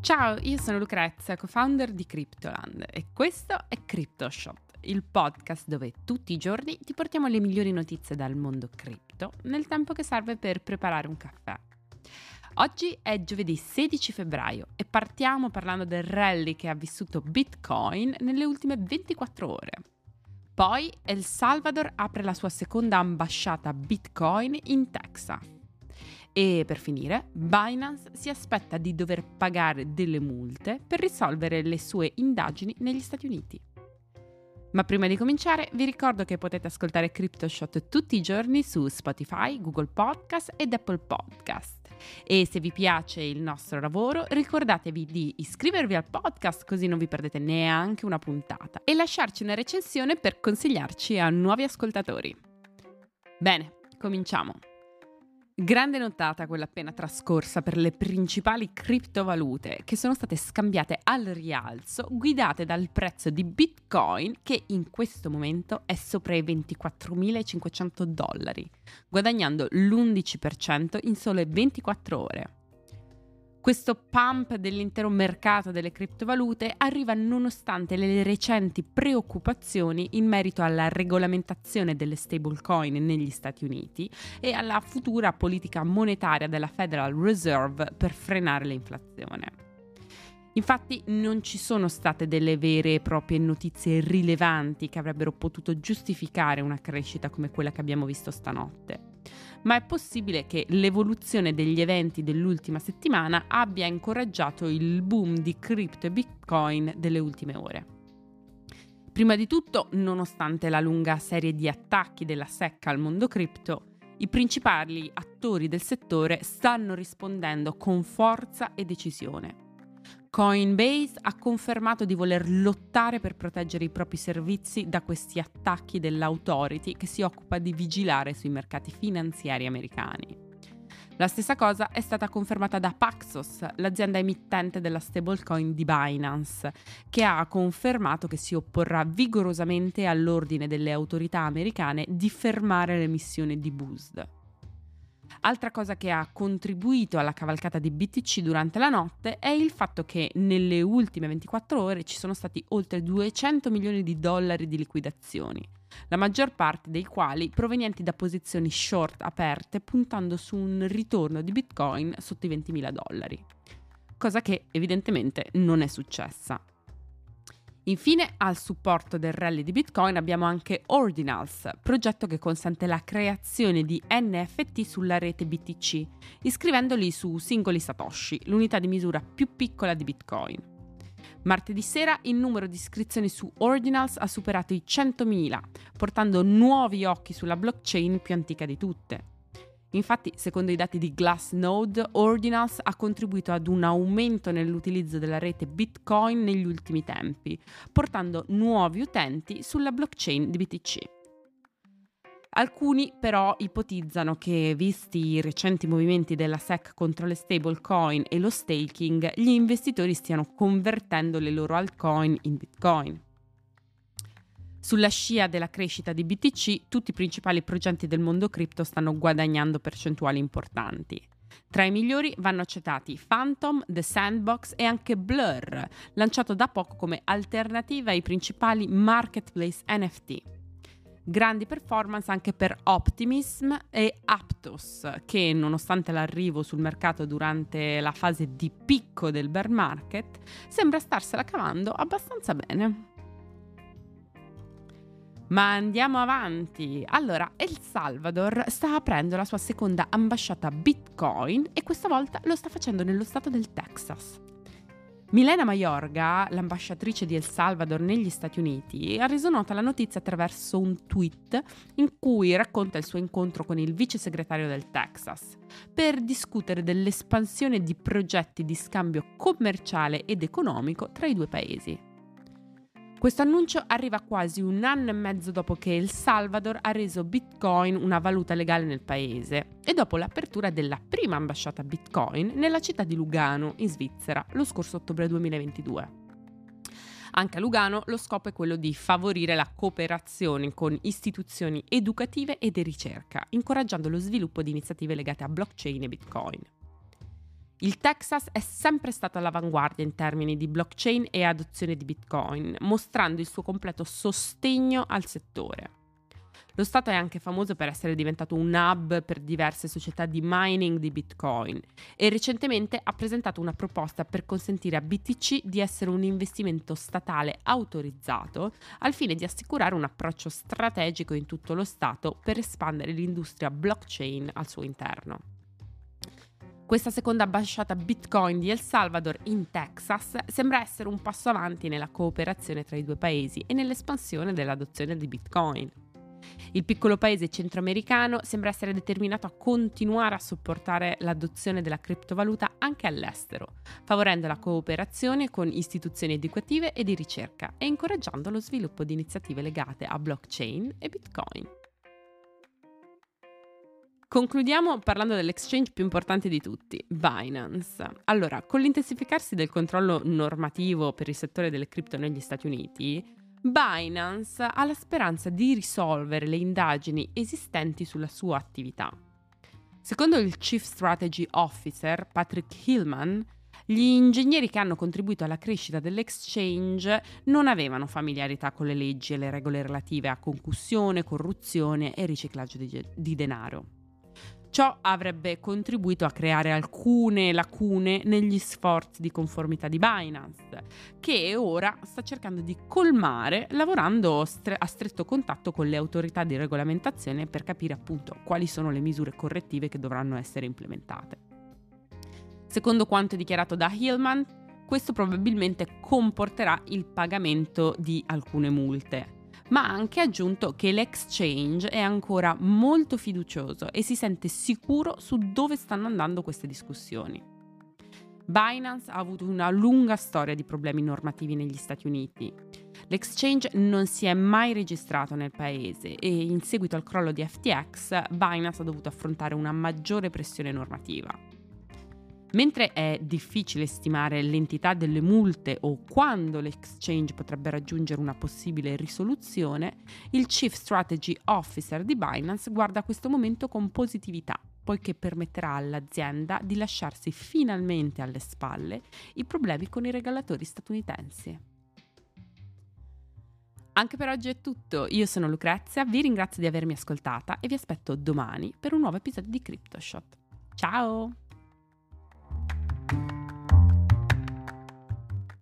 Ciao, io sono Lucrezia, co-founder di Cryptoland e questo è CryptoShot, il podcast dove tutti i giorni ti portiamo le migliori notizie dal mondo cripto nel tempo che serve per preparare un caffè. Oggi è giovedì 16 febbraio e partiamo parlando del rally che ha vissuto Bitcoin nelle ultime 24 ore. Poi El Salvador apre la sua seconda ambasciata Bitcoin in Texas. E per finire, Binance si aspetta di dover pagare delle multe per risolvere le sue indagini negli Stati Uniti. Ma prima di cominciare vi ricordo che potete ascoltare CryptoShot tutti i giorni su Spotify, Google Podcast ed Apple Podcast. E se vi piace il nostro lavoro, ricordatevi di iscrivervi al podcast così non vi perdete neanche una puntata e lasciarci una recensione per consigliarci a nuovi ascoltatori. Bene, cominciamo. Grande notata quella appena trascorsa per le principali criptovalute che sono state scambiate al rialzo, guidate dal prezzo di Bitcoin che in questo momento è sopra i $24.500, guadagnando l'11% in sole 24 ore. Questo pump dell'intero mercato delle criptovalute arriva nonostante le recenti preoccupazioni in merito alla regolamentazione delle stablecoin negli Stati Uniti e alla futura politica monetaria della Federal Reserve per frenare l'inflazione. Infatti non ci sono state delle vere e proprie notizie rilevanti che avrebbero potuto giustificare una crescita come quella che abbiamo visto stanotte. Ma è possibile che l'evoluzione degli eventi dell'ultima settimana abbia incoraggiato il boom di cripto e Bitcoin delle ultime ore. Prima di tutto, nonostante la lunga serie di attacchi della SEC al mondo cripto, i principali attori del settore stanno rispondendo con forza e decisione. Coinbase ha confermato di voler lottare per proteggere i propri servizi da questi attacchi dell'autority che si occupa di vigilare sui mercati finanziari americani. La stessa cosa è stata confermata da Paxos, l'azienda emittente della stablecoin di Binance, che ha confermato che si opporrà vigorosamente all'ordine delle autorità americane di fermare l'emissione di BUSD. Altra cosa che ha contribuito alla cavalcata di BTC durante la notte è il fatto che nelle ultime 24 ore ci sono stati oltre $200 milioni di liquidazioni, la maggior parte dei quali provenienti da posizioni short aperte puntando su un ritorno di Bitcoin sotto i $20.000, cosa che evidentemente non è successa. Infine, al supporto del rally di Bitcoin abbiamo anche Ordinals, progetto che consente la creazione di NFT sulla rete BTC, iscrivendoli su singoli Satoshi, l'unità di misura più piccola di Bitcoin. Martedì sera il numero di iscrizioni su Ordinals ha superato i 100.000, portando nuovi occhi sulla blockchain più antica di tutte. Infatti, secondo i dati di Glassnode, Ordinals ha contribuito ad un aumento nell'utilizzo della rete Bitcoin negli ultimi tempi, portando nuovi utenti sulla blockchain di BTC. Alcuni però ipotizzano che, visti i recenti movimenti della SEC contro le stablecoin e lo staking, gli investitori stiano convertendo le loro altcoin in Bitcoin. Sulla scia della crescita di BTC, tutti i principali progetti del mondo cripto stanno guadagnando percentuali importanti. Tra i migliori vanno citati Phantom, The Sandbox e anche Blur, lanciato da poco come alternativa ai principali marketplace NFT. Grandi performance anche per Optimism e Aptos, che nonostante l'arrivo sul mercato durante la fase di picco del bear market, sembra starsela cavando abbastanza bene. Ma andiamo avanti. Allora, El Salvador sta aprendo la sua seconda ambasciata Bitcoin e questa volta lo sta facendo nello stato del Texas. Milena Mayorga, l'ambasciatrice di El Salvador negli Stati Uniti, ha reso nota la notizia attraverso un tweet in cui racconta il suo incontro con il vice segretario del Texas per discutere dell'espansione di progetti di scambio commerciale ed economico tra i due paesi. Questo annuncio arriva quasi un anno e mezzo dopo che El Salvador ha reso Bitcoin una valuta legale nel paese e dopo l'apertura della prima ambasciata Bitcoin nella città di Lugano, in Svizzera, lo scorso ottobre 2022. Anche a Lugano lo scopo è quello di favorire la cooperazione con istituzioni educative e di ricerca, incoraggiando lo sviluppo di iniziative legate a blockchain e Bitcoin. Il Texas è sempre stato all'avanguardia in termini di blockchain e adozione di Bitcoin, mostrando il suo completo sostegno al settore. Lo Stato è anche famoso per essere diventato un hub per diverse società di mining di Bitcoin e recentemente ha presentato una proposta per consentire a BTC di essere un investimento statale autorizzato al fine di assicurare un approccio strategico in tutto lo Stato per espandere l'industria blockchain al suo interno. Questa seconda ambasciata Bitcoin di El Salvador in Texas sembra essere un passo avanti nella cooperazione tra i due paesi e nell'espansione dell'adozione di Bitcoin. Il piccolo paese centroamericano sembra essere determinato a continuare a supportare l'adozione della criptovaluta anche all'estero, favorendo la cooperazione con istituzioni educative e di ricerca e incoraggiando lo sviluppo di iniziative legate a blockchain e Bitcoin. Concludiamo parlando dell'exchange più importante di tutti, Binance. Allora, con l'intensificarsi del controllo normativo per il settore delle cripto negli Stati Uniti, Binance ha la speranza di risolvere le indagini esistenti sulla sua attività. Secondo il Chief Strategy Officer Patrick Hillman, gli ingegneri che hanno contribuito alla crescita dell'exchange non avevano familiarità con le leggi e le regole relative a concussione, corruzione e riciclaggio di denaro. Ciò avrebbe contribuito a creare alcune lacune negli sforzi di conformità di Binance, che ora sta cercando di colmare lavorando a stretto contatto con le autorità di regolamentazione per capire appunto quali sono le misure correttive che dovranno essere implementate. Secondo quanto dichiarato da Hillman, questo probabilmente comporterà il pagamento di alcune multe, ma ha anche aggiunto che l'exchange è ancora molto fiducioso e si sente sicuro su dove stanno andando queste discussioni. Binance ha avuto una lunga storia di problemi normativi negli Stati Uniti. L'exchange non si è mai registrato nel paese e in seguito al crollo di FTX, Binance ha dovuto affrontare una maggiore pressione normativa. Mentre è difficile stimare l'entità delle multe o quando l'exchange potrebbe raggiungere una possibile risoluzione, il Chief Strategy Officer di Binance guarda questo momento con positività, poiché permetterà all'azienda di lasciarsi finalmente alle spalle i problemi con i regolatori statunitensi. Anche per oggi è tutto, io sono Lucrezia, vi ringrazio di avermi ascoltata e vi aspetto domani per un nuovo episodio di CryptoShot. Ciao!